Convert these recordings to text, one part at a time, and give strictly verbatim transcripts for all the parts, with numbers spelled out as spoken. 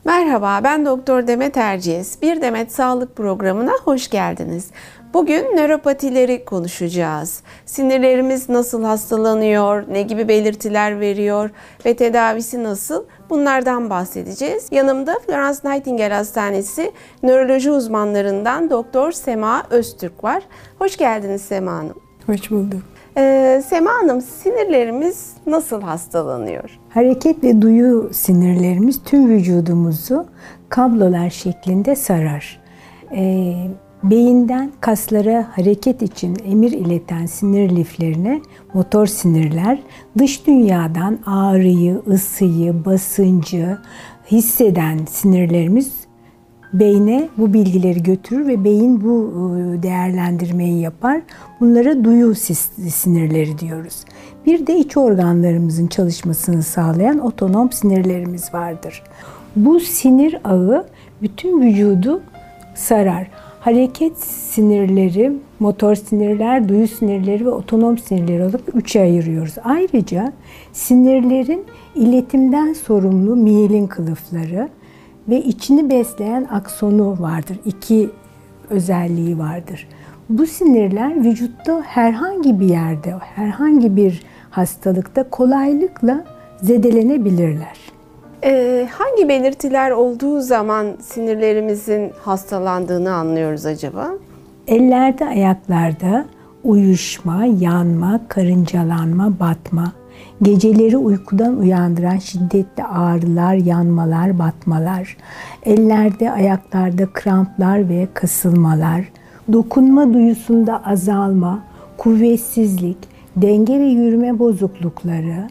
Merhaba, ben Doktor Demet Erciyes. Bir Demet Sağlık programına hoş geldiniz. Bugün nöropatileri konuşacağız. Sinirlerimiz nasıl hastalanıyor, ne gibi belirtiler veriyor ve tedavisi nasıl? Bunlardan bahsedeceğiz. Yanımda Florence Nightingale Hastanesi nöroloji uzmanlarından Doktor Sema Öztürk var. Hoş geldiniz Sema Hanım. Hoş bulduk. Ee, Sema Hanım, sinirlerimiz nasıl hastalanıyor? Hareket ve duyu sinirlerimiz tüm vücudumuzu kablolar şeklinde sarar. Ee, beyinden kaslara hareket için emir ileten sinir liflerine motor sinirler, dış dünyadan ağrıyı, ısıyı, basıncı hisseden sinirlerimiz beyne bu bilgileri götürür ve beyin bu değerlendirmeyi yapar. Bunlara duyu sinirleri diyoruz. Bir de iç organlarımızın çalışmasını sağlayan otonom sinirlerimiz vardır. Bu sinir ağı bütün vücudu sarar. Hareket sinirleri, motor sinirler, duyu sinirleri ve otonom sinirleri olarak üçe ayırıyoruz. Ayrıca sinirlerin iletimden sorumlu miyelin kılıfları ve içini besleyen aksonu vardır. İki özelliği vardır. Bu sinirler vücutta herhangi bir yerde, herhangi bir hastalıkta kolaylıkla zedelenebilirler. Ee, hangi belirtiler olduğu zaman sinirlerimizin hastalandığını anlıyoruz acaba? Ellerde, ayaklarda uyuşma, yanma, karıncalanma, batma, geceleri uykudan uyandıran şiddetli ağrılar, yanmalar, batmalar, ellerde, ayaklarda kramplar ve kasılmalar, dokunma duyusunda azalma, kuvvetsizlik, denge ve yürüme bozuklukları,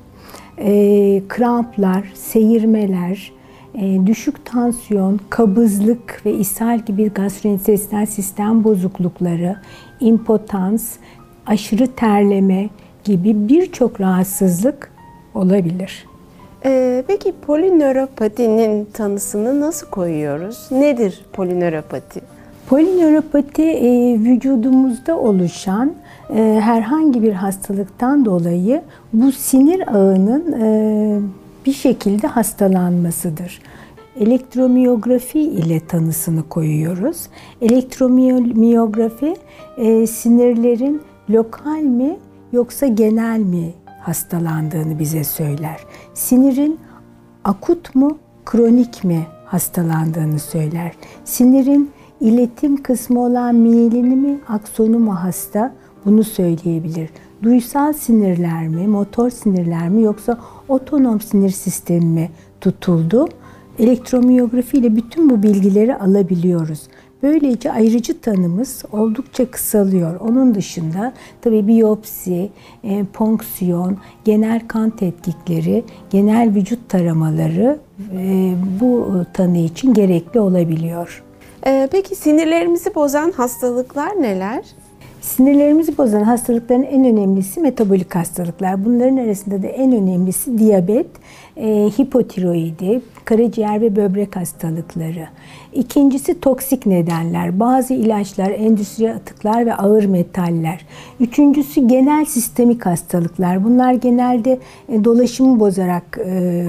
e, kramplar, seyirmeler, e, düşük tansiyon, kabızlık ve ishal gibi gastrointestinal sistem bozuklukları, impotans, aşırı terleme gibi birçok rahatsızlık olabilir. Ee, peki polinöropatinin tanısını nasıl koyuyoruz? Nedir polinöropati? Polinöropati e, vücudumuzda oluşan e, herhangi bir hastalıktan dolayı bu sinir ağının e, bir şekilde hastalanmasıdır. Elektromiyografi ile tanısını koyuyoruz. Elektromiyografi e, sinirlerin lokal mi yoksa genel mi hastalandığını bize söyler. Sinirin akut mu, kronik mi hastalandığını söyler. Sinirin iletim kısmı olan miyelini mi, aksonu mu hasta, bunu söyleyebilir. Duysal sinirler mi, motor sinirler mi yoksa otonom sinir sistemi mi tutuldu? Elektromiyografi ile bütün bu bilgileri alabiliyoruz. Böylece ayrıcı tanımız oldukça kısalıyor. Onun dışında tabii biyopsi, e, ponksiyon, genel kan tetkikleri, genel vücut taramaları e, bu tanı için gerekli olabiliyor. Ee, peki sinirlerimizi bozan hastalıklar neler? Sinirlerimizi bozan hastalıkların en önemlisi metabolik hastalıklar. Bunların arasında da en önemlisi diyabet, e, hipotiroidi, karaciğer ve böbrek hastalıkları. İkincisi toksik nedenler, bazı ilaçlar, endüstriyel atıklar ve ağır metaller. Üçüncüsü genel sistemik hastalıklar. Bunlar genelde e, dolaşımı bozarak e,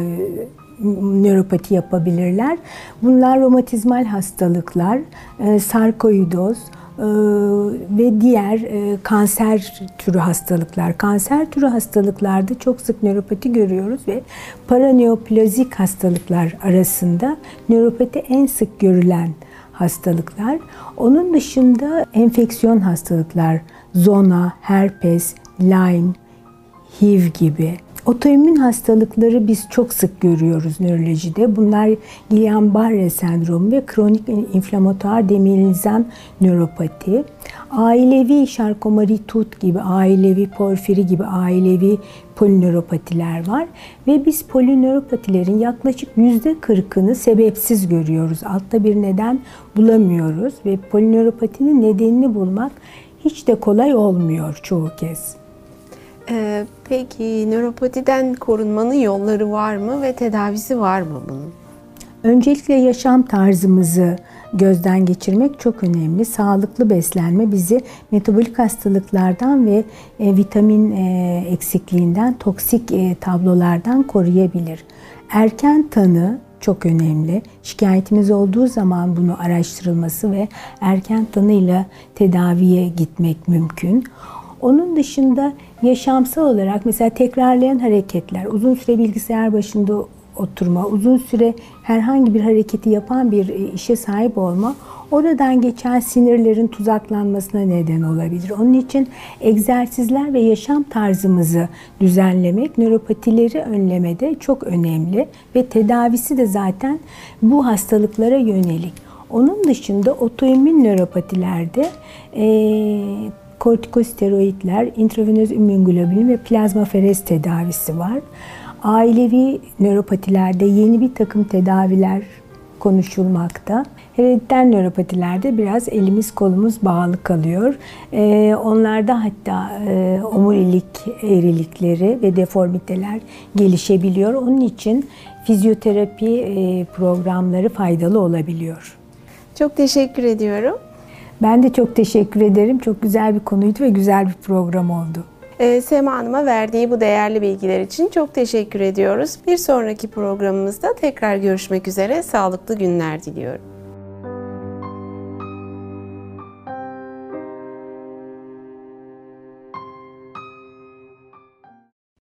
nöropati yapabilirler. Bunlar romatizmal hastalıklar, e, sarkoidoz, ve diğer kanser türü hastalıklar. Kanser türü hastalıklarda çok sık nöropati görüyoruz ve paraneoplazik hastalıklar arasında nöropati en sık görülen hastalıklar. Onun dışında enfeksiyon hastalıklar, zona, herpes, Lyme, H I V gibi. Otoimmün hastalıkları biz çok sık görüyoruz nörolojide. Bunlar Guillain-Barré sendromu ve kronik inflamatuar demyelinizan nöropati. Ailevi Charcot-Marie-Tooth gibi, ailevi porfiri gibi ailevi polinöropatiler var. Ve biz polinöropatilerin yaklaşık yüzde kırkını sebepsiz görüyoruz. Altta bir neden bulamıyoruz ve polinöropatinin nedenini bulmak hiç de kolay olmuyor çoğu kez. Ee, peki nöropatiden korunmanın yolları var mı ve tedavisi var mı bunun? Öncelikle yaşam tarzımızı gözden geçirmek çok önemli. Sağlıklı beslenme bizi metabolik hastalıklardan ve e, vitamin e, eksikliğinden, toksik e, tablolardan koruyabilir. Erken tanı çok önemli. Şikayetimiz olduğu zaman bunu araştırılması ve erken tanıyla tedaviye gitmek mümkün. Onun dışında yaşamsal olarak mesela tekrarlayan hareketler, uzun süre bilgisayar başında oturma, uzun süre herhangi bir hareketi yapan bir işe sahip olma, oradan geçen sinirlerin tuzaklanmasına neden olabilir. Onun için egzersizler ve yaşam tarzımızı düzenlemek nöropatileri önlemede çok önemli ve tedavisi de zaten bu hastalıklara yönelik. Onun dışında otoimmün nöropatilerde e, kortikosteroidler, intravenöz immünoglobulin ve plazmaferez tedavisi var. Ailevi nöropatilerde yeni bir takım tedaviler konuşulmakta. Herediter nöropatilerde biraz elimiz kolumuz bağlı kalıyor. Ee, onlarda hatta e, omurilik eğrilikleri ve deformiteler gelişebiliyor. Onun için fizyoterapi e, programları faydalı olabiliyor. Çok teşekkür ediyorum. Ben de çok teşekkür ederim. Çok güzel bir konuydu ve güzel bir program oldu. Ee, Sema Hanım'a verdiği bu değerli bilgiler için çok teşekkür ediyoruz. Bir sonraki programımızda tekrar görüşmek üzere. Sağlıklı günler diliyorum.